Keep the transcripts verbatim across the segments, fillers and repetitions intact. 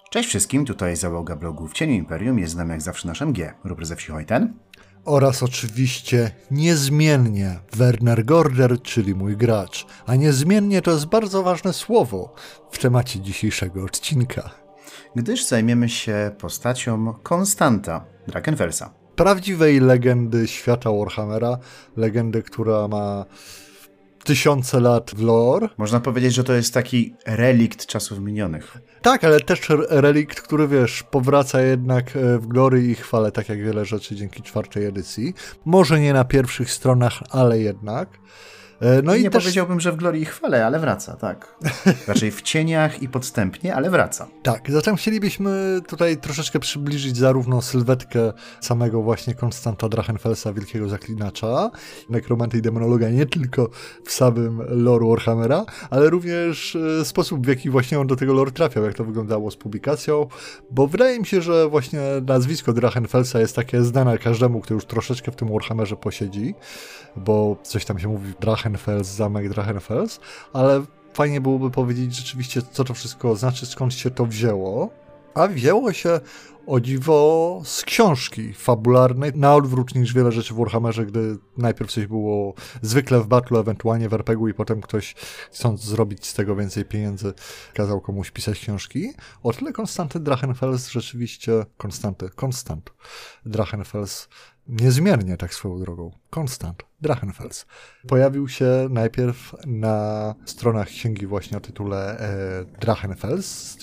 Cześć wszystkim, tutaj załoga blogu W Cieniu Imperium, jest z nami jak zawsze nasz M G, Rupert ze wsi Hojten. Oraz oczywiście niezmiennie Werner Gorder, czyli mój gracz. A niezmiennie to jest bardzo ważne słowo w temacie dzisiejszego odcinka. Gdyż zajmiemy się postacią Konstanta Drakenfelsa. Prawdziwej legendy świata Warhammera, legendy, która ma tysiące lat w lore. Można powiedzieć, że to jest taki relikt czasów minionych. Tak, ale też relikt, który wiesz, powraca jednak w glorii i chwale, tak jak wiele rzeczy dzięki czwartej edycji. Może nie na pierwszych stronach, ale jednak. No i nie też... powiedziałbym, że w glorii i chwale, ale wraca, tak. Raczej w cieniach i podstępnie, ale wraca. Tak, zatem chcielibyśmy tutaj troszeczkę przybliżyć zarówno sylwetkę samego właśnie Konstanta Drachenfelsa, wielkiego zaklinacza, nekromanty i demonologa, nie tylko w samym lore Warhammera, ale również sposób, w jaki właśnie on do tego lore trafiał, jak to wyglądało z publikacją, bo wydaje mi się, że właśnie nazwisko Drachenfelsa jest takie znane każdemu, kto już troszeczkę w tym Warhammerze posiedzi, bo coś tam się mówi Drachenfels, zamek Drachenfels, ale fajnie byłoby powiedzieć rzeczywiście, co to wszystko znaczy, skąd się to wzięło. A wzięło się, o dziwo, z książki fabularnej, na odwrót niż wiele rzeczy w Warhammerze, gdy najpierw coś było zwykle w battlu, ewentualnie w er pe gu i potem ktoś, chcąc zrobić z tego więcej pieniędzy, kazał komuś pisać książki. O tyle Konstanty Drachenfels rzeczywiście, Konstanty, Konstant Drachenfels, niezmiernie tak swoją drogą, Konstant Drachenfels, pojawił się najpierw na stronach księgi właśnie o tytule e, Drachenfels z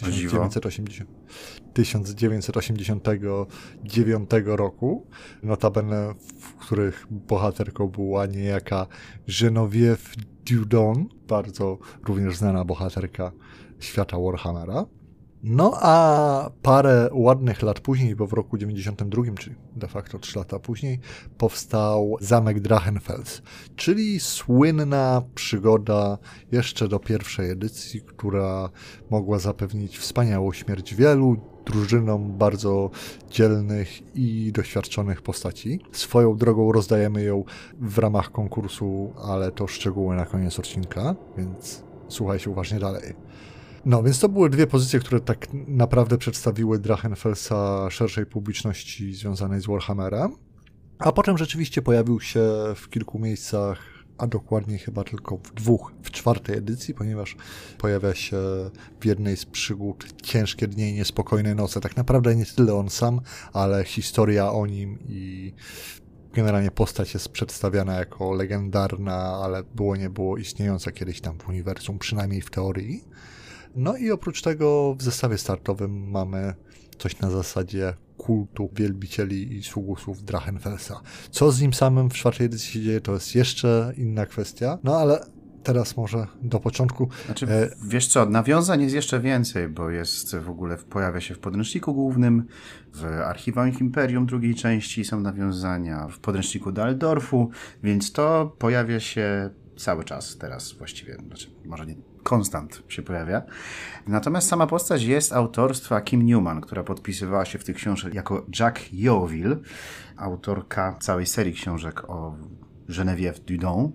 tysiąc dziewięćset osiemdziesiątego dziewiątego roku, notabene w których bohaterką była niejaka Genevieve Dudon, bardzo również znana bohaterka świata Warhammera. No a parę ładnych lat później, bo w roku dziewięćdziesiątym drugim, czyli de facto trzy lata później, powstał zamek Drachenfels, czyli słynna przygoda jeszcze do pierwszej edycji, która mogła zapewnić wspaniałą śmierć wielu drużynom bardzo dzielnych i doświadczonych postaci. Swoją drogą rozdajemy ją w ramach konkursu, ale to szczegóły na koniec odcinka, więc słuchajcie uważnie dalej. No, więc to były dwie pozycje, które tak naprawdę przedstawiły Drachenfelsa szerszej publiczności związanej z Warhammerem, a potem rzeczywiście pojawił się w kilku miejscach, a dokładniej chyba tylko w dwóch, w czwartej edycji, ponieważ pojawia się w jednej z przygód Ciężkie dnie i niespokojne noce. Tak naprawdę nie tyle on sam, ale historia o nim i generalnie postać jest przedstawiana jako legendarna, ale było nie było istniejąca kiedyś tam w uniwersum, przynajmniej w teorii. No i oprócz tego w zestawie startowym mamy coś na zasadzie kultu wielbicieli i sługusów Drachenfelsa. Co z nim samym w czwartej edycji się dzieje, to jest jeszcze inna kwestia, no ale teraz może do początku. Znaczy, wiesz co, nawiązań jest jeszcze więcej, bo jest w ogóle, pojawia się w podręczniku głównym, w Archiwum Imperium drugiej części są nawiązania, w podręczniku do Altdorfu, więc to pojawia się cały czas teraz właściwie, znaczy może nie konstant się pojawia. Natomiast sama postać jest autorstwa Kim Newman, która podpisywała się w tych książkach jako Jack Yeovil, autorka całej serii książek o Geneviève Dudon.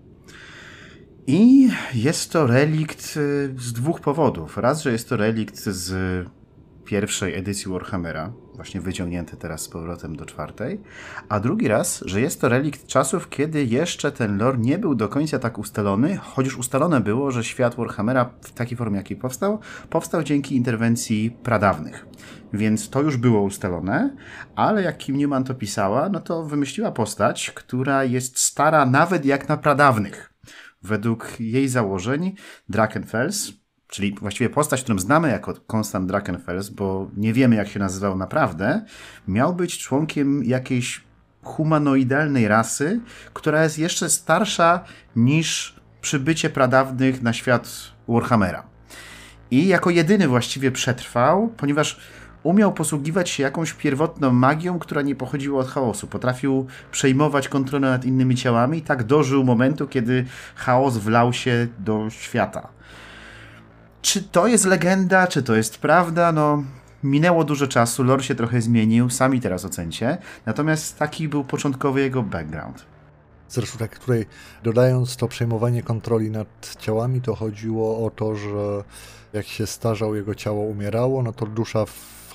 I jest to relikt z dwóch powodów. Raz, że jest to relikt z pierwszej edycji Warhammera, właśnie wyciągnięty teraz z powrotem do czwartej, a drugi raz, że jest to relikt czasów, kiedy jeszcze ten lore nie był do końca tak ustalony, choć już ustalone było, że świat Warhammera w takiej formie, jakiej powstał, powstał dzięki interwencji pradawnych. Więc to już było ustalone, ale jak Kim Newman to pisała, no to wymyśliła postać, która jest stara nawet jak na pradawnych. Według jej założeń Drachenfels, czyli właściwie postać, którą znamy jako Konstant Drachenfels, bo nie wiemy, jak się nazywał naprawdę, miał być członkiem jakiejś humanoidalnej rasy, która jest jeszcze starsza niż przybycie pradawnych na świat Warhammera. I jako jedyny właściwie przetrwał, ponieważ umiał posługiwać się jakąś pierwotną magią, która nie pochodziła od chaosu. Potrafił przejmować kontrolę nad innymi ciałami i tak dożył momentu, kiedy chaos wlał się do świata. Czy to jest legenda, czy to jest prawda? No, minęło dużo czasu, lore się trochę zmienił, sami teraz ocencie. Natomiast taki był początkowy jego background. Zresztą tak tutaj dodając to przejmowanie kontroli nad ciałami, to chodziło o to, że jak się starzał, jego ciało umierało, no to dusza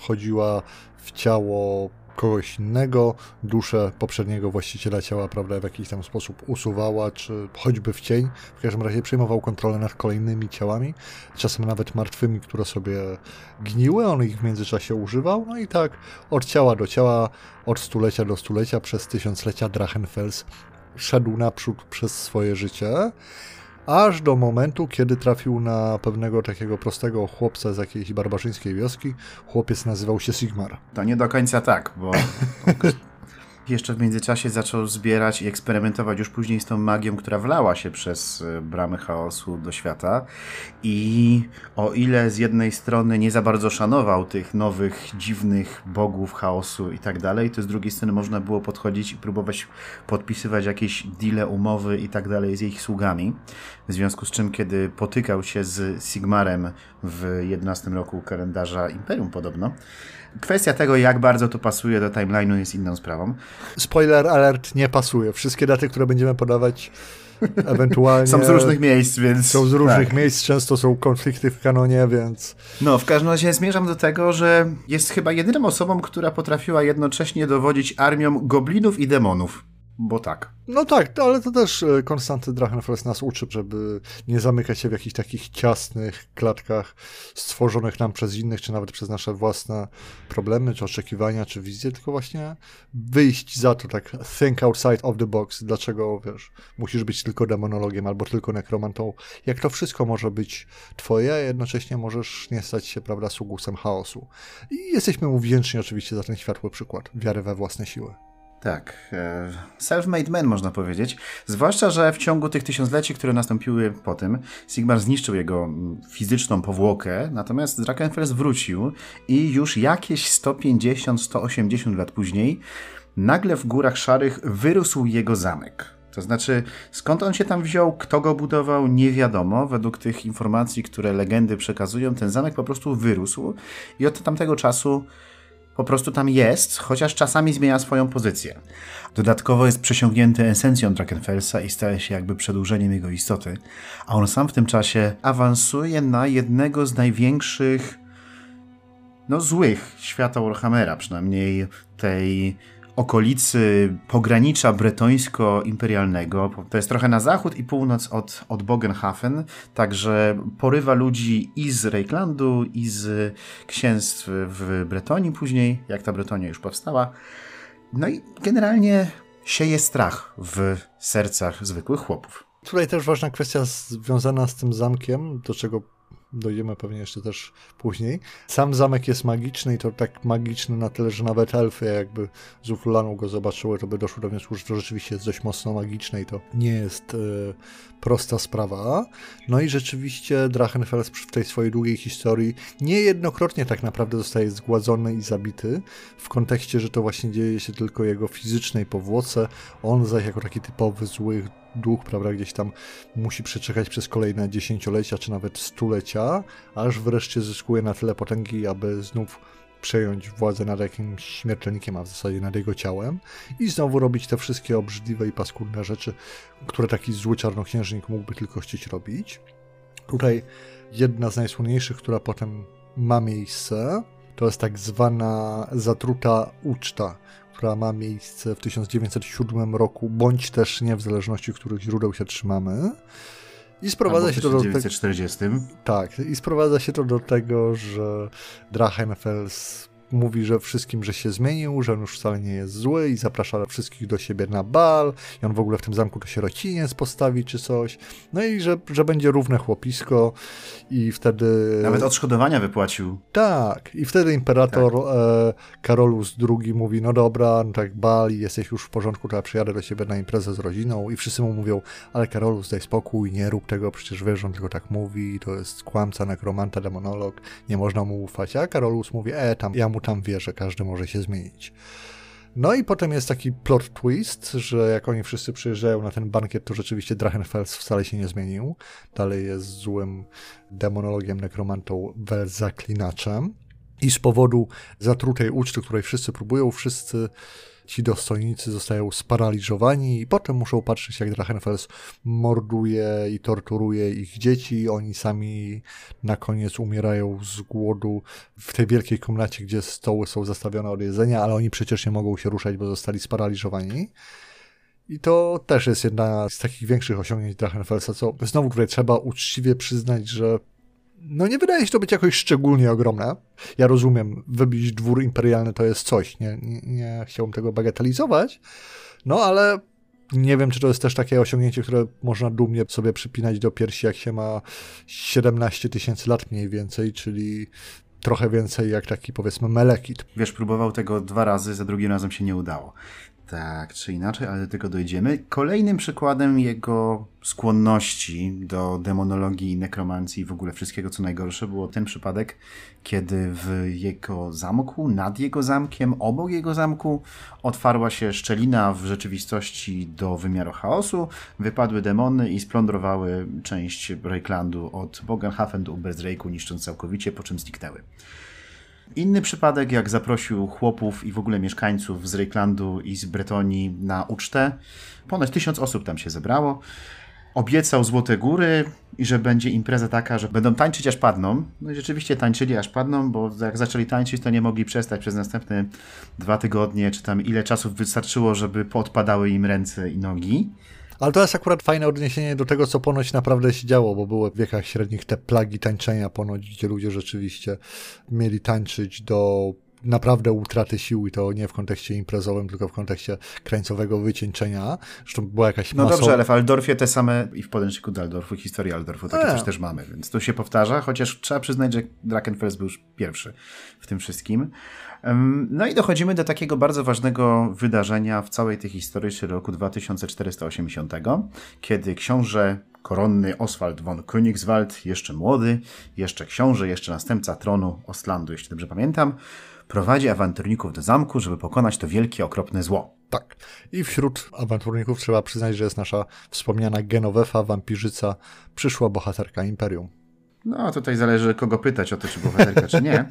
wchodziła w ciało kogoś innego, duszę poprzedniego właściciela ciała, prawda, w jakiś tam sposób usuwała, czy choćby w cień. W każdym razie przejmował kontrolę nad kolejnymi ciałami, czasem nawet martwymi, które sobie gniły, on ich w międzyczasie używał, no i tak od ciała do ciała, od stulecia do stulecia, przez tysiąclecia Drachenfels szedł naprzód przez swoje życie, aż do momentu, kiedy trafił na pewnego takiego prostego chłopca z jakiejś barbarzyńskiej wioski. Chłopiec nazywał się Sigmar. To nie do końca tak, bo jeszcze w międzyczasie zaczął zbierać i eksperymentować już później z tą magią, która wlała się przez bramy chaosu do świata. I o ile z jednej strony nie za bardzo szanował tych nowych, dziwnych bogów chaosu i tak dalej, to z drugiej strony można było podchodzić i próbować podpisywać jakieś deale, umowy i tak dalej z ich sługami. W związku z czym, kiedy potykał się z Sigmarem w jedenastym roku kalendarza Imperium podobno, kwestia tego, jak bardzo to pasuje do timeline'u, jest inną sprawą. Spoiler alert, nie pasuje. Wszystkie daty, które będziemy podawać, ewentualnie są z różnych miejsc, więc... Są z różnych tak. miejsc, często są konflikty w kanonie, więc... No, w każdym razie zmierzam do tego, że jest chyba jedyną osobą, która potrafiła jednocześnie dowodzić armią goblinów i demonów. Bo tak. No tak, ale to też Konstanty Drachenfels nas uczy, żeby nie zamykać się w jakichś takich ciasnych klatkach stworzonych nam przez innych, czy nawet przez nasze własne problemy, czy oczekiwania, czy wizje, tylko właśnie wyjść za to, tak think outside of the box. Dlaczego, wiesz, musisz być tylko demonologiem albo tylko nekromantą, jak to wszystko może być twoje, a jednocześnie możesz nie stać się, prawda, sługusem chaosu. I jesteśmy mu wdzięczni oczywiście za ten światły przykład wiary we własne siły. Tak, self-made man można powiedzieć, zwłaszcza, że w ciągu tych tysiącleci, które nastąpiły po tym, Sigmar zniszczył jego fizyczną powłokę, natomiast Drachenfels wrócił i już jakieś sto pięćdziesiąt do stu osiemdziesięciu lat później nagle w Górach Szarych wyrósł jego zamek. To znaczy, skąd on się tam wziął, kto go budował, nie wiadomo. Według tych informacji, które legendy przekazują, ten zamek po prostu wyrósł i od tamtego czasu po prostu tam jest, chociaż czasami zmienia swoją pozycję. Dodatkowo jest przesiągnięty esencją Drachenfelsa i staje się jakby przedłużeniem jego istoty, a on sam w tym czasie awansuje na jednego z największych, no złych świata Warhammera, przynajmniej tej okolicy pogranicza bretońsko-imperialnego. To jest trochę na zachód i północ od, od Bogenhafen, także porywa ludzi i z Reiklandu, i z księstw w Bretonii później, jak ta Bretonia już powstała. No i generalnie sieje strach w sercach zwykłych chłopów. Tutaj też ważna kwestia związana z tym zamkiem, do czego dojdziemy pewnie jeszcze też później. Sam zamek jest magiczny i to tak magiczny na tyle, że nawet elfy jakby z Ultulanu go zobaczyły, to by doszły do wniosku, że to rzeczywiście jest dość mocno magiczne i to nie jest y, prosta sprawa. No i rzeczywiście Drachenfels w tej swojej długiej historii niejednokrotnie tak naprawdę zostaje zgładzony i zabity w kontekście, że to właśnie dzieje się tylko jego fizycznej powłoce. On zaś jako taki typowy zły duch, prawda, gdzieś tam musi przeczekać przez kolejne dziesięciolecia, czy nawet stulecia, aż wreszcie zyskuje na tyle potęgi, aby znów przejąć władzę nad jakimś śmiertelnikiem, a w zasadzie nad jego ciałem i znowu robić te wszystkie obrzydliwe i paskudne rzeczy, które taki zły czarnoksiężnik mógłby tylko chcieć robić. Tutaj jedna z najsłynniejszych, która potem ma miejsce, to jest tak zwana zatruta uczta, która ma miejsce w tysiąc dziewięćset siódmym roku, bądź też nie, w zależności których źródeł się trzymamy. I sprowadza się to do tysiąc dziewięćset czterdziestym. Tak, i sprowadza się to do tego, że Drachenfels mówi, że wszystkim, że się zmienił, że on już wcale nie jest zły i zaprasza wszystkich do siebie na bal i on w ogóle w tym zamku to sierociniec postawi czy coś. No i że, że będzie równe chłopisko i wtedy... Nawet odszkodowania wypłacił. Tak, i wtedy imperator tak. e, Karolus drugi mówi, no dobra, no tak bal i jesteś już w porządku, to ja przyjadę do ciebie na imprezę z rodziną i wszyscy mu mówią, ale Karolus, daj spokój, nie rób tego, przecież wiesz, on tylko tak mówi, to jest kłamca, nekromanta, demonolog, nie można mu ufać, a Karolus mówi, e, tam, ja mu tam wierzę, każdy może się zmienić. No i potem jest taki plot twist, że jak oni wszyscy przyjeżdżają na ten bankiet, to rzeczywiście Drachenfels wcale się nie zmienił. Dalej jest złym demonologiem, nekromantą, zaklinaczem. I z powodu zatrutej uczty, której wszyscy próbują, wszyscy ci dostojnicy zostają sparaliżowani i potem muszą patrzeć, jak Drachenfels morduje i torturuje ich dzieci. Oni sami na koniec umierają z głodu w tej wielkiej komnacie, gdzie stoły są zastawione od jedzenia, ale oni przecież nie mogą się ruszać, bo zostali sparaliżowani. I to też jest jedna z takich większych osiągnięć Drachenfelsa, co znowu tutaj trzeba uczciwie przyznać, że no nie wydaje się to być jakoś szczególnie ogromne. Ja rozumiem, wybić dwór imperialny to jest coś, nie, nie, nie chciałbym tego bagatelizować, no ale nie wiem, czy to jest też takie osiągnięcie, które można dumnie sobie przypinać do piersi, jak się ma siedemnaście tysięcy lat mniej więcej, czyli trochę więcej jak taki, powiedzmy, Melekit. Wiesz, próbował tego dwa razy, za drugim razem się nie udało. Tak czy inaczej, ale do tego dojdziemy. Kolejnym przykładem jego skłonności do demonologii, nekromancji i w ogóle wszystkiego, co najgorsze, było ten przypadek, kiedy w jego zamku, nad jego zamkiem, obok jego zamku otwarła się szczelina w rzeczywistości do wymiaru chaosu, wypadły demony i splądrowały część Reiklandu od Bogenhafen do Ubersreiku, niszcząc całkowicie, po czym zniknęły. Inny przypadek, jak zaprosił chłopów i w ogóle mieszkańców z Reiklandu i z Bretonii na ucztę. Ponoć tysiąc osób tam się zebrało. Obiecał Złote Góry i że będzie impreza taka, że będą tańczyć aż padną. No i rzeczywiście tańczyli aż padną, bo jak zaczęli tańczyć, to nie mogli przestać przez następne dwa tygodnie, czy tam ile czasu wystarczyło, żeby poodpadały im ręce i nogi. Ale to jest akurat fajne odniesienie do tego, co ponoć naprawdę się działo, bo były w wiekach średnich te plagi tańczenia ponoć, gdzie ludzie rzeczywiście mieli tańczyć do naprawdę utraty sił i to nie w kontekście imprezowym, tylko w kontekście krańcowego wycieńczenia. Zresztą była jakaś No masa... dobrze, ale w Aldorfie te same i w podręczniku do Aldorfu, historii Aldorfu, takie coś też mamy, więc to się powtarza, chociaż trzeba przyznać, że Drachenfels był już pierwszy w tym wszystkim. No i dochodzimy do takiego bardzo ważnego wydarzenia w całej tej historii, czyli roku dwa tysiące czterysta osiemdziesiątego, kiedy książę koronny Oswald von Königswald, jeszcze młody, jeszcze książę, jeszcze następca tronu Ostlandu, jeśli dobrze pamiętam, prowadzi awanturników do zamku, żeby pokonać to wielkie, okropne zło. Tak. I wśród awanturników trzeba przyznać, że jest nasza wspomniana Genovefa, wampirzyca, przyszła bohaterka Imperium. No, tutaj zależy, kogo pytać o to, czy bohaterka, czy nie.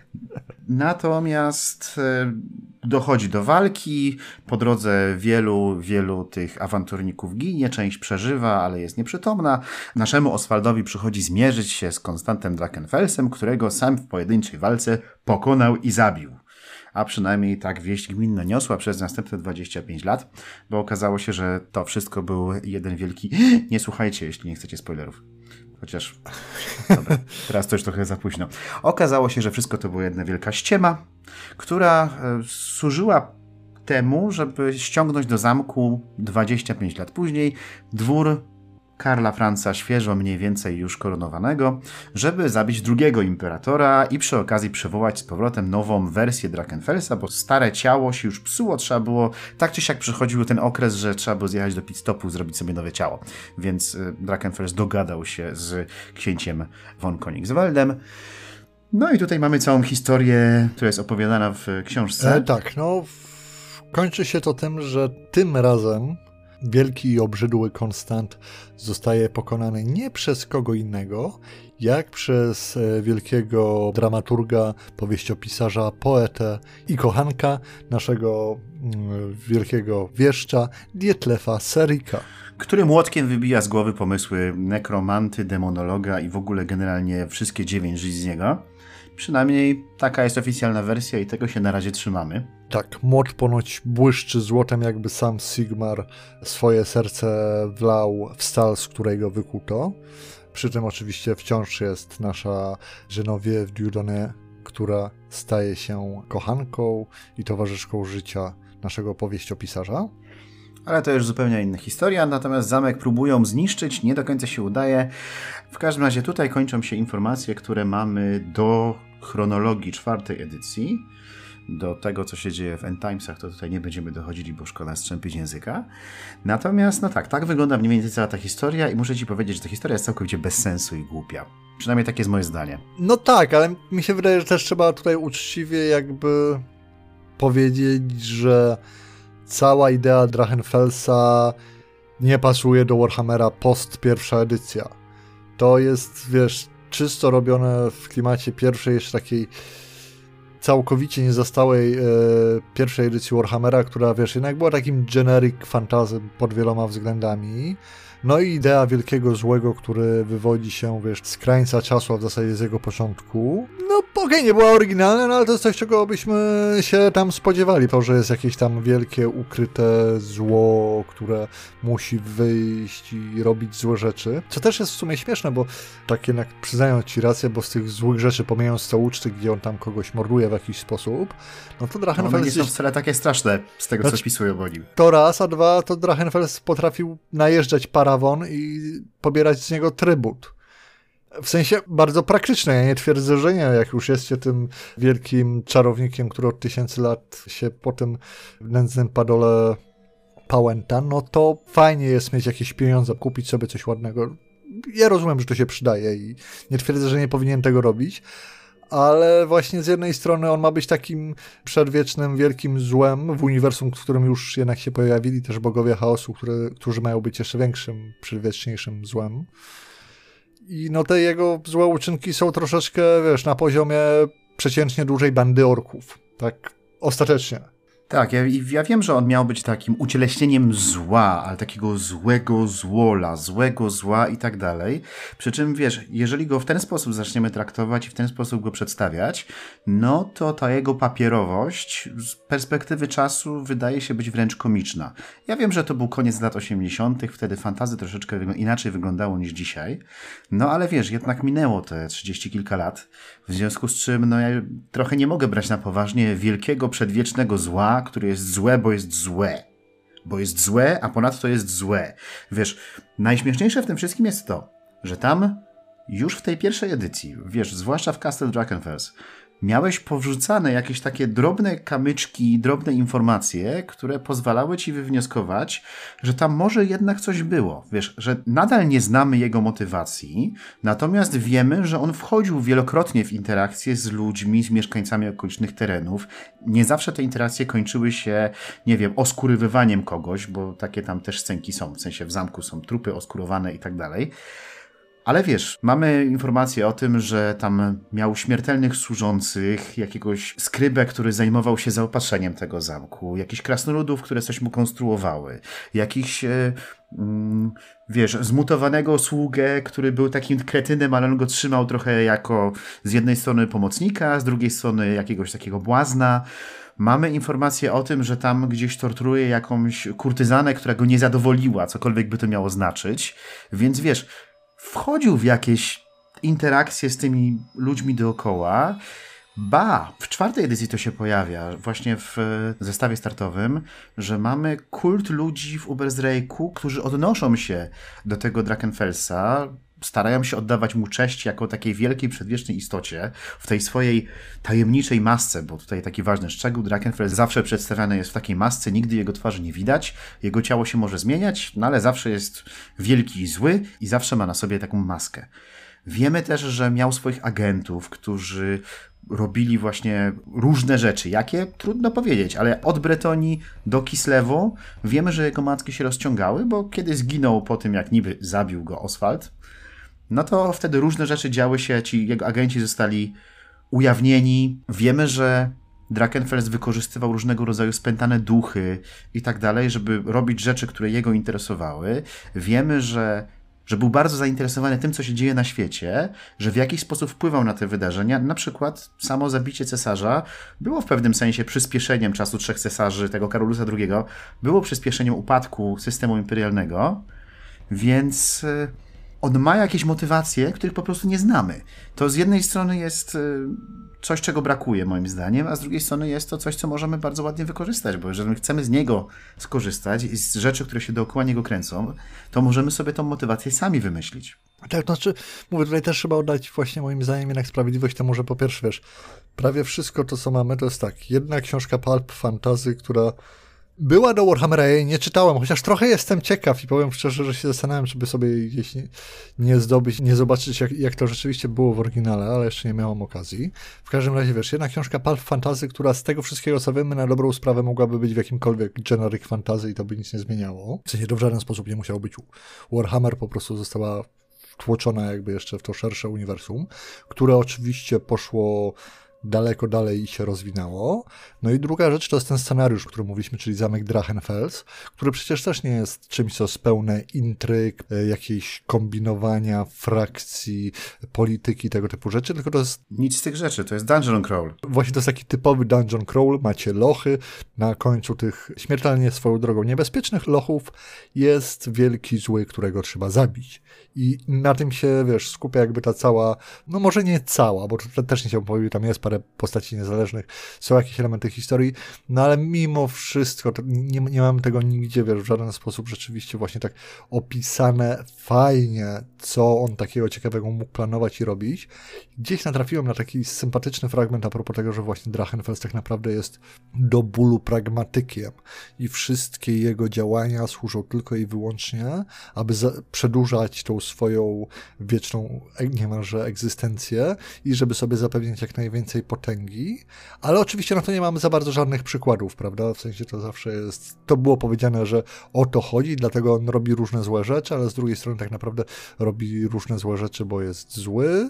Natomiast dochodzi do walki. Po drodze wielu, wielu tych awanturników ginie, część przeżywa, ale jest nieprzytomna. Naszemu Oswaldowi przychodzi zmierzyć się z Konstantem Drachenfelsem, którego sam w pojedynczej walce pokonał i zabił. A przynajmniej tak wieść gminna niosła przez następne dwadzieścia pięć lat, bo okazało się, że to wszystko był jeden wielki... Nie słuchajcie, jeśli nie chcecie spoilerów. Chociaż, dobra, teraz to już trochę za późno. Okazało się, że wszystko to była jedna wielka ściema, która e, służyła temu, żeby ściągnąć do zamku dwadzieścia pięć lat później dwór Karla Franza, świeżo mniej więcej już koronowanego, żeby zabić drugiego imperatora i przy okazji przywołać z powrotem nową wersję Drachenfelsa, bo stare ciało się już psuło, trzeba było, tak czy siak przychodził ten okres, że trzeba było zjechać do pit stopu, zrobić sobie nowe ciało. Więc Drachenfels dogadał się z księciem von Königswaldem. No i tutaj mamy całą historię, która jest opowiadana w książce. E, tak, no kończy się to tym, że tym razem wielki i obrzydły Konstant zostaje pokonany nie przez kogo innego, jak przez wielkiego dramaturga, powieściopisarza, poetę i kochanka naszego mm, wielkiego wieszcza Dietlefa Serika, który młotkiem wybija z głowy pomysły nekromanty, demonologa i w ogóle generalnie wszystkie dziewięć żyć z niego. Przynajmniej taka jest oficjalna wersja i tego się na razie trzymamy. Tak, młot ponoć błyszczy złotem, jakby sam Sigmar swoje serce wlał w stal, z której go wykuto. Przy tym oczywiście wciąż jest nasza Geneviève Dieudonné, która staje się kochanką i towarzyszką życia naszego powieściopisarza. Ale to już zupełnie inna historia, natomiast zamek próbują zniszczyć, nie do końca się udaje. W każdym razie tutaj kończą się informacje, które mamy do chronologii czwartej edycji. Do tego, co się dzieje w End Timesach, to tutaj nie będziemy dochodzili, bo szkoda strzępić języka. Natomiast, no tak, tak wygląda mniej więcej cała ta historia i muszę ci powiedzieć, że ta historia jest całkowicie bez sensu i głupia. Przynajmniej takie jest moje zdanie. No tak, ale mi się wydaje, że też trzeba tutaj uczciwie jakby powiedzieć, że cała idea Drachenfelsa nie pasuje do Warhammera post pierwsza edycja. To jest, wiesz, czysto robione w klimacie pierwszej, jeszcze takiej całkowicie niezastałej e, pierwszej edycji Warhammera, która, wiesz, jednak była takim generic fantasy pod wieloma względami. No i idea wielkiego złego, który wywodzi się, wiesz, z krańca czasu, a w zasadzie z jego początku. No okej, okay, nie była oryginalna, no ale to jest coś, czego byśmy się tam spodziewali. To, że jest jakieś tam wielkie, ukryte zło, które musi wyjść i robić złe rzeczy. Co też jest w sumie śmieszne, bo tak jednak przyznają ci rację, bo z tych złych rzeczy, pomijając te uczty, gdzie on tam kogoś morduje w jakiś sposób, no to Drachenfels... No one nie są wcale takie straszne z tego, znaczy, co pisują o nim. To raz, a dwa, to Drachenfels potrafił najeżdżać parawon i pobierać z niego trybut. W sensie bardzo praktyczne. Ja nie twierdzę, że nie. Jak już jesteście tym wielkim czarownikiem, który od tysięcy lat się po tym nędznym padole pałęta, no to fajnie jest mieć jakieś pieniądze, kupić sobie coś ładnego. Ja rozumiem, że to się przydaje i nie twierdzę, że nie powinien tego robić, ale właśnie z jednej strony on ma być takim przedwiecznym, wielkim złem w uniwersum, w którym już jednak się pojawili też bogowie chaosu, które, którzy mają być jeszcze większym, przedwieczniejszym złem. I no te jego złe uczynki są troszeczkę, wiesz, na poziomie przeciętnie dużej bandy orków. Tak ostatecznie. Tak, ja, ja wiem, że on miał być takim ucieleśnieniem zła, ale takiego złego złola, złego zła i tak dalej. Przy czym, wiesz, jeżeli go w ten sposób zaczniemy traktować i w ten sposób go przedstawiać, no to ta jego papierowość z perspektywy czasu wydaje się być wręcz komiczna. Ja wiem, że to był koniec lat osiemdziesiątych, wtedy fantasy troszeczkę inaczej wyglądało niż dzisiaj, no ale wiesz, jednak minęło te trzydzieści kilka lat, w związku z czym no ja trochę nie mogę brać na poważnie wielkiego, przedwiecznego zła, które jest złe, bo jest złe. Bo jest złe, a ponadto jest złe. Wiesz, najśmieszniejsze w tym wszystkim jest to, że tam już w tej pierwszej edycji, wiesz, zwłaszcza w Castle Drachenfels, miałeś powrzucane jakieś takie drobne kamyczki, drobne informacje, które pozwalały ci wywnioskować, że tam może jednak coś było. Wiesz, że nadal nie znamy jego motywacji, natomiast wiemy, że on wchodził wielokrotnie w interakcje z ludźmi, z mieszkańcami okolicznych terenów. Nie zawsze te interakcje kończyły się, nie wiem, oskurywywaniem kogoś, bo takie tam też scenki są, w sensie w zamku są trupy oskurowane i tak dalej. Ale wiesz, mamy informację o tym, że tam miał śmiertelnych służących, jakiegoś skrybę, który zajmował się zaopatrzeniem tego zamku, jakichś krasnoludów, które coś mu konstruowały, jakichś, e, mm, wiesz, zmutowanego sługę, który był takim kretynem, ale on go trzymał trochę jako z jednej strony pomocnika, z drugiej strony jakiegoś takiego błazna. Mamy informację o tym, że tam gdzieś torturuje jakąś kurtyzanę, która go nie zadowoliła, cokolwiek by to miało znaczyć, więc wiesz, wchodził w jakieś interakcje z tymi ludźmi dookoła. Ba, w czwartej edycji to się pojawia, właśnie w zestawie startowym, że mamy kult ludzi w Ubersreiku, którzy odnoszą się do tego Drachenfelsa, starają się oddawać mu cześć jako takiej wielkiej, przedwiecznej istocie w tej swojej tajemniczej masce, bo tutaj taki ważny szczegół, Drachenfels zawsze przedstawiany jest w takiej masce, nigdy jego twarzy nie widać, jego ciało się może zmieniać, no ale zawsze jest wielki i zły i zawsze ma na sobie taką maskę. Wiemy też, że miał swoich agentów, którzy robili właśnie różne rzeczy. Jakie? Trudno powiedzieć, ale od Bretonii do Kislewu wiemy, że jego macki się rozciągały, bo kiedy zginął po tym, jak niby zabił go Oswald, no to wtedy różne rzeczy działy się, ci jego agenci zostali ujawnieni. Wiemy, że Drachenfels wykorzystywał różnego rodzaju spętane duchy i tak dalej, żeby robić rzeczy, które jego interesowały. Wiemy, że, że był bardzo zainteresowany tym, co się dzieje na świecie, że w jakiś sposób wpływał na te wydarzenia. Na przykład samo zabicie cesarza było w pewnym sensie przyspieszeniem czasu trzech cesarzy, tego Karolusa drugiego, było przyspieszeniem upadku systemu imperialnego, więc on ma jakieś motywacje, których po prostu nie znamy. To z jednej strony jest coś, czego brakuje moim zdaniem, a z drugiej strony jest to coś, co możemy bardzo ładnie wykorzystać, bo jeżeli chcemy z niego skorzystać i z rzeczy, które się dookoła niego kręcą, to możemy sobie tą motywację sami wymyślić. Tak, to znaczy, mówię, tutaj też trzeba oddać właśnie moim zdaniem jednak sprawiedliwość temu, że po pierwsze, wiesz, prawie wszystko to, co mamy, to jest tak, jedna książka pulp fantasy, która była do Warhammera, ja jej nie czytałem, chociaż trochę jestem ciekaw i powiem szczerze, że się zastanawiam, żeby sobie jej gdzieś nie, nie zdobyć, nie zobaczyć, jak, jak to rzeczywiście było w oryginale, ale jeszcze nie miałem okazji. W każdym razie, wiesz, jedna książka pulp fantasy, która z tego wszystkiego, co wiemy, na dobrą sprawę mogłaby być w jakimkolwiek generic fantasy i to by nic nie zmieniało. W sensie to w żaden sposób nie musiał być Warhammer, po prostu została wtłoczona jakby jeszcze w to szersze uniwersum, które oczywiście poszło daleko dalej się rozwinęło. No i druga rzecz to jest ten scenariusz, o którym mówiliśmy, czyli Zamek Drachenfels, który przecież też nie jest czymś, co jest pełne intryg, jakiejś kombinowania, frakcji, polityki, tego typu rzeczy, tylko to jest... Nic z tych rzeczy, to jest dungeon crawl. Właśnie to jest taki typowy dungeon crawl, macie lochy, na końcu tych śmiertelnie swoją drogą niebezpiecznych lochów jest wielki zły, którego trzeba zabić. I na tym się, wiesz, skupia jakby ta cała, no może nie cała, bo to też nie chciałbym powiedzieć, tam jest parę postaci niezależnych, są jakieś elementy historii, no ale mimo wszystko to nie, nie mam tego nigdzie, wiesz, w żaden sposób rzeczywiście właśnie tak opisane fajnie, co on takiego ciekawego mógł planować i robić. Gdzieś natrafiłem na taki sympatyczny fragment a propos tego, że właśnie Drachenfels tak naprawdę jest do bólu pragmatykiem i wszystkie jego działania służą tylko i wyłącznie, aby za- przedłużać tą swoją wieczną niemalże egzystencję i żeby sobie zapewnić jak najwięcej potęgi, ale oczywiście na to nie mamy za bardzo żadnych przykładów, prawda? W sensie to zawsze jest, to było powiedziane, że o to chodzi, dlatego on robi różne złe rzeczy, ale z drugiej strony tak naprawdę robi różne złe rzeczy, bo jest zły.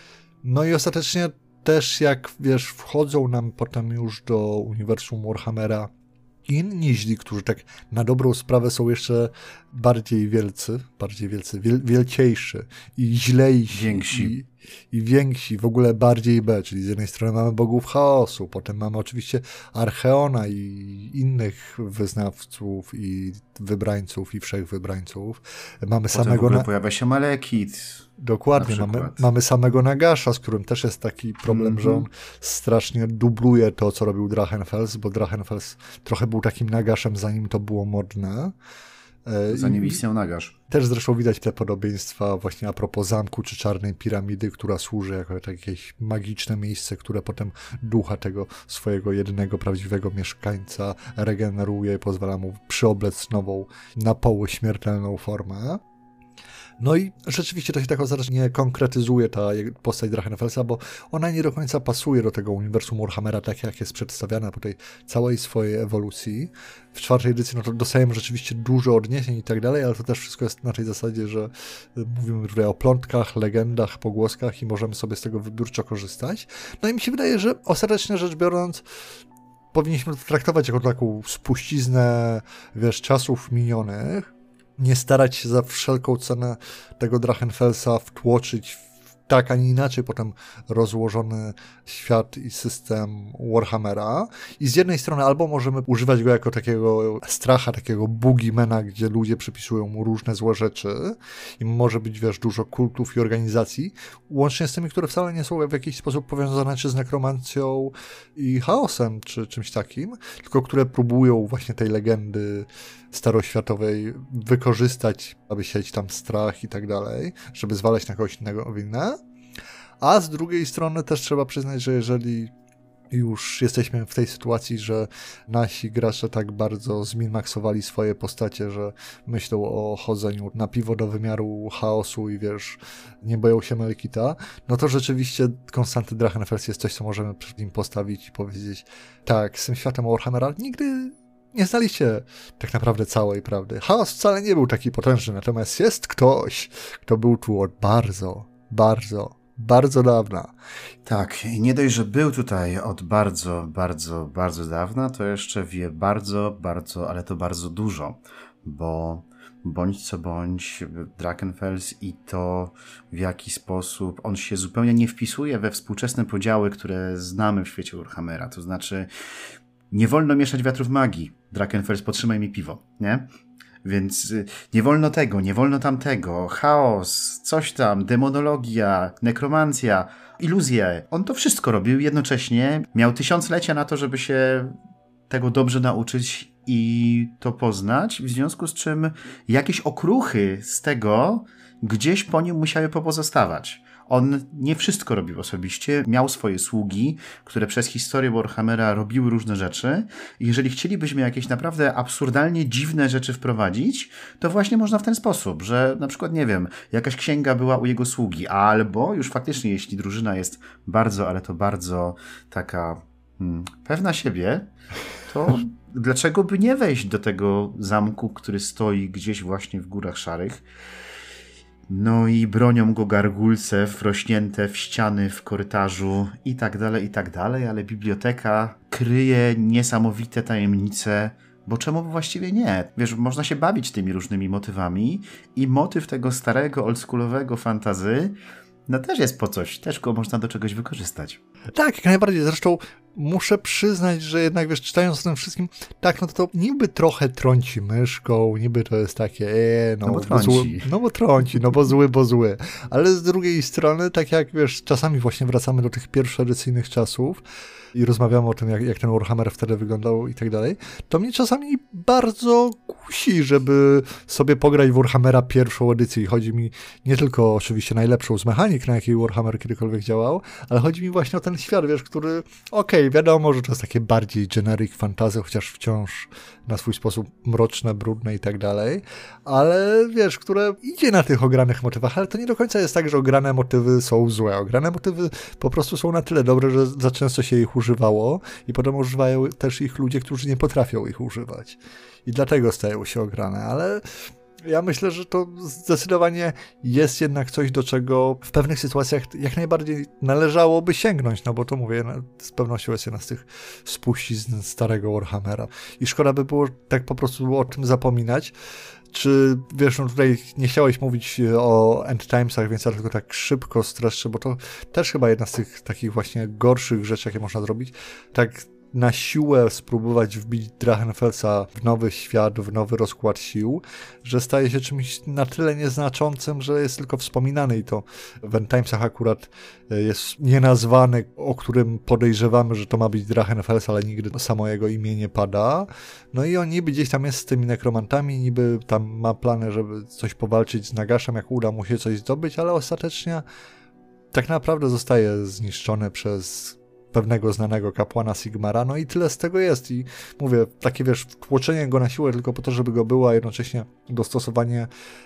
No i ostatecznie też jak, wiesz, wchodzą nam potem już do uniwersum Warhammera inni źli, którzy tak na dobrą sprawę są jeszcze bardziej wielcy, bardziej wielcy, wiel, wielciejszy i źlejsi. Więksi. I, I więksi, w ogóle bardziej B, czyli z jednej strony mamy bogów chaosu, potem mamy oczywiście Archeona i innych wyznawców i wybrańców i wszechwybrańców. Mamy Potem samego... w ogóle na... pojawia się Malekith. Dokładnie, mamy, mamy samego Nagasza, z którym też jest taki problem, mm-hmm. że on strasznie dubluje to, co robił Drachenfels, bo Drachenfels trochę był takim Nagaszem, zanim to było modne. Zanim istniał Nagasz. Też zresztą widać te podobieństwa właśnie a propos zamku czy czarnej piramidy, która służy jako jakieś magiczne miejsce, które potem ducha tego swojego jedynego prawdziwego mieszkańca regeneruje i pozwala mu przyoblec nową, na poły śmiertelną formę. No i rzeczywiście to się tak ostatecznie konkretyzuje ta postać Drachenfelsa, bo ona nie do końca pasuje do tego uniwersum Warhammera, tak jak jest przedstawiana po tej całej swojej ewolucji. W czwartej edycji no to dostajemy rzeczywiście dużo odniesień i tak dalej, ale to też wszystko jest na tej zasadzie, że mówimy tutaj o plątkach, legendach, pogłoskach i możemy sobie z tego wybiórczo korzystać. No i mi się wydaje, że ostatecznie rzecz biorąc powinniśmy to traktować jako taką spuściznę, wiesz, czasów minionych, nie starać się za wszelką cenę tego Drachenfelsa wtłoczyć w tak, a nie inaczej potem rozłożony świat i system Warhammera. I z jednej strony albo możemy używać go jako takiego stracha, takiego boogiemana, gdzie ludzie przypisują mu różne złe rzeczy i może być, wiesz, dużo kultów i organizacji, łącznie z tymi, które wcale nie są w jakiś sposób powiązane czy z nekromancją i chaosem, czy czymś takim, tylko które próbują właśnie tej legendy staroświatowej wykorzystać, aby sieć tam strach i tak dalej, żeby zwalać na kogoś innego winę. A z drugiej strony też trzeba przyznać, że jeżeli już jesteśmy w tej sytuacji, że nasi gracze tak bardzo zminmaksowali swoje postacie, że myślą o chodzeniu na piwo do wymiaru chaosu i wiesz, nie boją się Malekitha, no to rzeczywiście Konstanty Drachenfels jest coś, co możemy przed nim postawić i powiedzieć, tak, z tym światem Warhammera nigdy nie znaliście tak naprawdę całej prawdy. Chaos wcale nie był taki potężny, natomiast jest ktoś, kto był tu od bardzo, bardzo, bardzo dawna. Tak, i nie dość, że był tutaj od bardzo, bardzo, bardzo dawna, to jeszcze wie bardzo, bardzo, ale to bardzo dużo, bo bądź co bądź Drachenfels i to, w jaki sposób on się zupełnie nie wpisuje we współczesne podziały, które znamy w świecie Warhammera, to znaczy nie wolno mieszać wiatrów magii. Drachenfels, podtrzymaj mi piwo, nie? Więc nie wolno tego, nie wolno tamtego, chaos, coś tam, demonologia, nekromancja, iluzje. On to wszystko robił jednocześnie. Miał tysiąclecia na to, żeby się tego dobrze nauczyć i to poznać, w związku z czym jakieś okruchy z tego gdzieś po nim musiały popozostawać. On nie wszystko robił osobiście, miał swoje sługi, które przez historię Warhammera robiły różne rzeczy. I jeżeli chcielibyśmy jakieś naprawdę absurdalnie dziwne rzeczy wprowadzić, to właśnie można w ten sposób, że na przykład, nie wiem, jakaś księga była u jego sługi, albo już faktycznie, jeśli drużyna jest bardzo, ale to bardzo taka hmm, pewna siebie, to dlaczego by nie wejść do tego zamku, który stoi gdzieś właśnie w Górach Szarych? No i bronią go gargulce wrośnięte w ściany w korytarzu i tak dalej, i tak dalej, ale biblioteka kryje niesamowite tajemnice, bo czemu właściwie nie? Wiesz, można się bawić tymi różnymi motywami i motyw tego starego, oldschoolowego fantasy no też jest po coś, też go można do czegoś wykorzystać. Tak, jak najbardziej. Zresztą muszę przyznać, że jednak, wiesz, czytając o tym wszystkim, tak, no to, to niby trochę trąci myszką, niby to jest takie, e, no, no bo bo trąci. zły, no bo trąci, no bo zły, bo zły. Ale z drugiej strony, tak jak, wiesz, czasami właśnie wracamy do tych pierwszoedycyjnych czasów i rozmawiamy o tym, jak, jak ten Warhammer wtedy wyglądał i tak dalej, to mnie czasami bardzo kusi, żeby sobie pograć w Warhammera pierwszą edycję. I chodzi mi nie tylko oczywiście najlepszą z mechanik, na jakiej Warhammer kiedykolwiek działał, ale chodzi mi właśnie o ten świat, wiesz, który, okej, okay, wiadomo, że to jest takie bardziej generic fantasy, chociaż wciąż na swój sposób mroczne, brudne i tak dalej, ale wiesz, które idzie na tych ogranych motywach, ale to nie do końca jest tak, że ograne motywy są złe. Ograne motywy po prostu są na tyle dobre, że za często się ich używało i potem używają też ich ludzie, którzy nie potrafią ich używać. I dlatego stają się ograne, ale ja myślę, że to zdecydowanie jest jednak coś, do czego w pewnych sytuacjach jak najbardziej należałoby sięgnąć, no bo to mówię, z pewnością jest jedna z tych spuścizn starego Warhammera. I szkoda by było tak po prostu o tym zapominać. Czy, wiesz, no tutaj nie chciałeś mówić o End Timesach, więc ja tylko tak szybko streszczę, bo to też chyba jedna z tych takich właśnie gorszych rzeczy, jakie można zrobić. Tak na siłę spróbować wbić Drachenfelsa w nowy świat, w nowy rozkład sił, że staje się czymś na tyle nieznaczącym, że jest tylko wspominany i to w End Timesach akurat jest nienazwany, o którym podejrzewamy, że to ma być Drachenfels, ale nigdy samo jego imię nie pada. No i on niby gdzieś tam jest z tymi nekromantami, niby tam ma plany, żeby coś powalczyć z Nagaszem, jak uda mu się coś zdobyć, ale ostatecznie tak naprawdę zostaje zniszczony przez pewnego znanego kapłana Sigmara, no i tyle z tego jest i mówię, takie wiesz, tłoczenie go na siłę tylko po to, żeby go było, a jednocześnie dostosowanie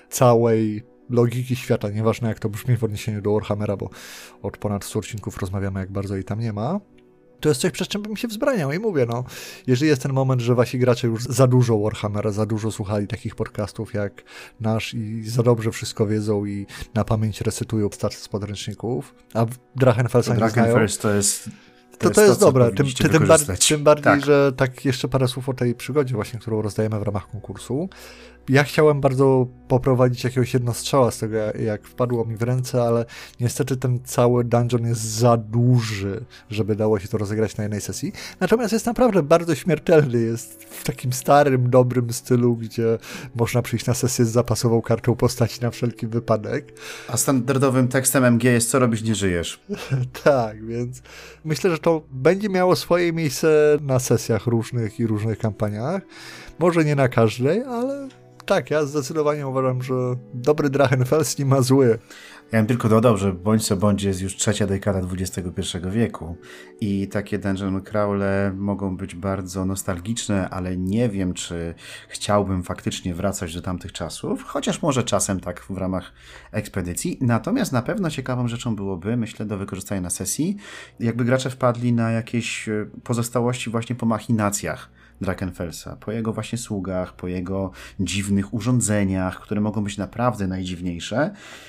całej logiki świata, nieważne jak to brzmi w odniesieniu do Warhammera, bo od ponad stu odcinków rozmawiamy, jak bardzo jej tam nie ma, to jest coś, przed czym bym się wzbraniał i mówię, no, jeżeli jest ten moment, że wasi gracze już za dużo Warhammera, za dużo słuchali takich podcastów jak nasz i za dobrze wszystko wiedzą i na pamięć recytują starsze z podręczników, a Drachenfelsa nie znają, to jest To, to jest to, dobre, tym, tym, bardziej, tym bardziej, tak. że tak jeszcze parę słów o tej przygodzie właśnie, którą rozdajemy w ramach konkursu. Ja chciałem bardzo poprowadzić jakiegoś jednostrzała z tego, jak wpadło mi w ręce, ale niestety ten cały dungeon jest za duży, żeby dało się to rozegrać na jednej sesji. Natomiast jest naprawdę bardzo śmiertelny, jest w takim starym, dobrym stylu, gdzie można przyjść na sesję z zapasową kartą postaci na wszelki wypadek. A standardowym tekstem M G jest co robić, nie żyjesz. Tak, więc myślę, że to będzie miało swoje miejsce na sesjach różnych i różnych kampaniach. Może nie na każdej, ale tak, ja zdecydowanie uważam, że dobry Drachenfels nie ma zły. Ja bym tylko dodał, że bądź co bądź jest już trzecia dekada dwudziestego pierwszego wieku i takie dungeon crawle mogą być bardzo nostalgiczne, ale nie wiem, czy chciałbym faktycznie wracać do tamtych czasów, chociaż może czasem tak w ramach ekspedycji. Natomiast na pewno ciekawą rzeczą byłoby, myślę, do wykorzystania na sesji, jakby gracze wpadli na jakieś pozostałości właśnie po machinacjach Drachenfelsa, po jego właśnie sługach, po jego dziwnych urządzeniach, które mogą być naprawdę najdziwniejsze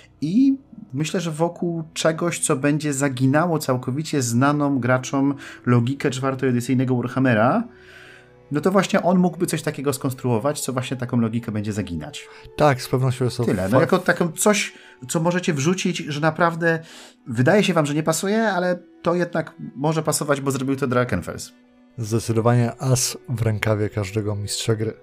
i myślę, że wokół czegoś, co będzie zaginało całkowicie znaną graczom logikę czwartoedycyjnego Warhammera, no to właśnie on mógłby coś takiego skonstruować, co właśnie taką logikę będzie zaginać. Tak, z pewnością jest to... Tyle, no jako taką coś, co możecie wrzucić, że naprawdę wydaje się wam, że nie pasuje, ale to jednak może pasować, bo zrobił to Drachenfels. Zdecydowanie as w rękawie każdego mistrza gry.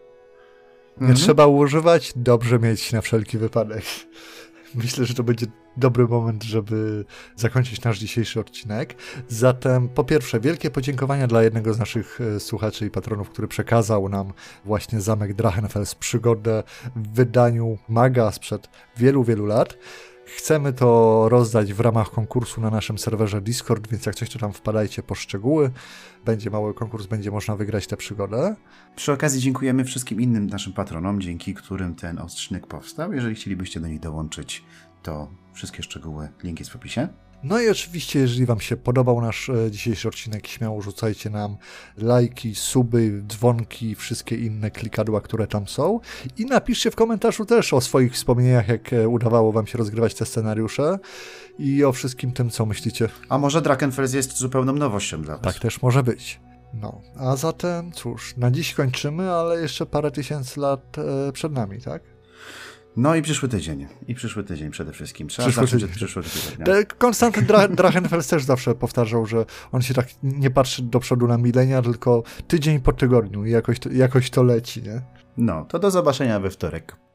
Nie Mhm. trzeba używać, dobrze mieć na wszelki wypadek. Myślę, że to będzie dobry moment, żeby zakończyć nasz dzisiejszy odcinek. Zatem po pierwsze, wielkie podziękowania dla jednego z naszych słuchaczy i patronów, który przekazał nam właśnie zamek Drachenfels, przygodę w wydaniu Maga sprzed wielu, wielu lat. Chcemy to rozdać w ramach konkursu na naszym serwerze Discord, więc jak coś, to tam wpadajcie po szczegóły. Będzie mały konkurs, będzie można wygrać tę przygodę. Przy okazji dziękujemy wszystkim innym naszym patronom, dzięki którym ten odcinek powstał. Jeżeli chcielibyście do nich dołączyć, to wszystkie szczegóły, link jest w opisie. No i oczywiście, jeżeli wam się podobał nasz e, dzisiejszy odcinek, śmiało rzucajcie nam lajki, suby, dzwonki, wszystkie inne klikadła, które tam są. I napiszcie w komentarzu też o swoich wspomnieniach, jak e, udawało wam się rozgrywać te scenariusze i o wszystkim tym, co myślicie. A może Drakenfels jest zupełną nowością dla was? Tak też może być. No, a zatem cóż, na dziś kończymy, ale jeszcze parę tysięcy lat e, przed nami, tak? No i przyszły tydzień. I przyszły tydzień przede wszystkim. Trzeba Przyszły zacząć od tydzień. przyszłego tygodnia. Te- Konstanty Dra- Drachenfels też zawsze powtarzał, że on się tak nie patrzy do przodu na milenia, tylko tydzień po tygodniu i jakoś to, jakoś to leci, nie? No, to do zobaczenia we wtorek.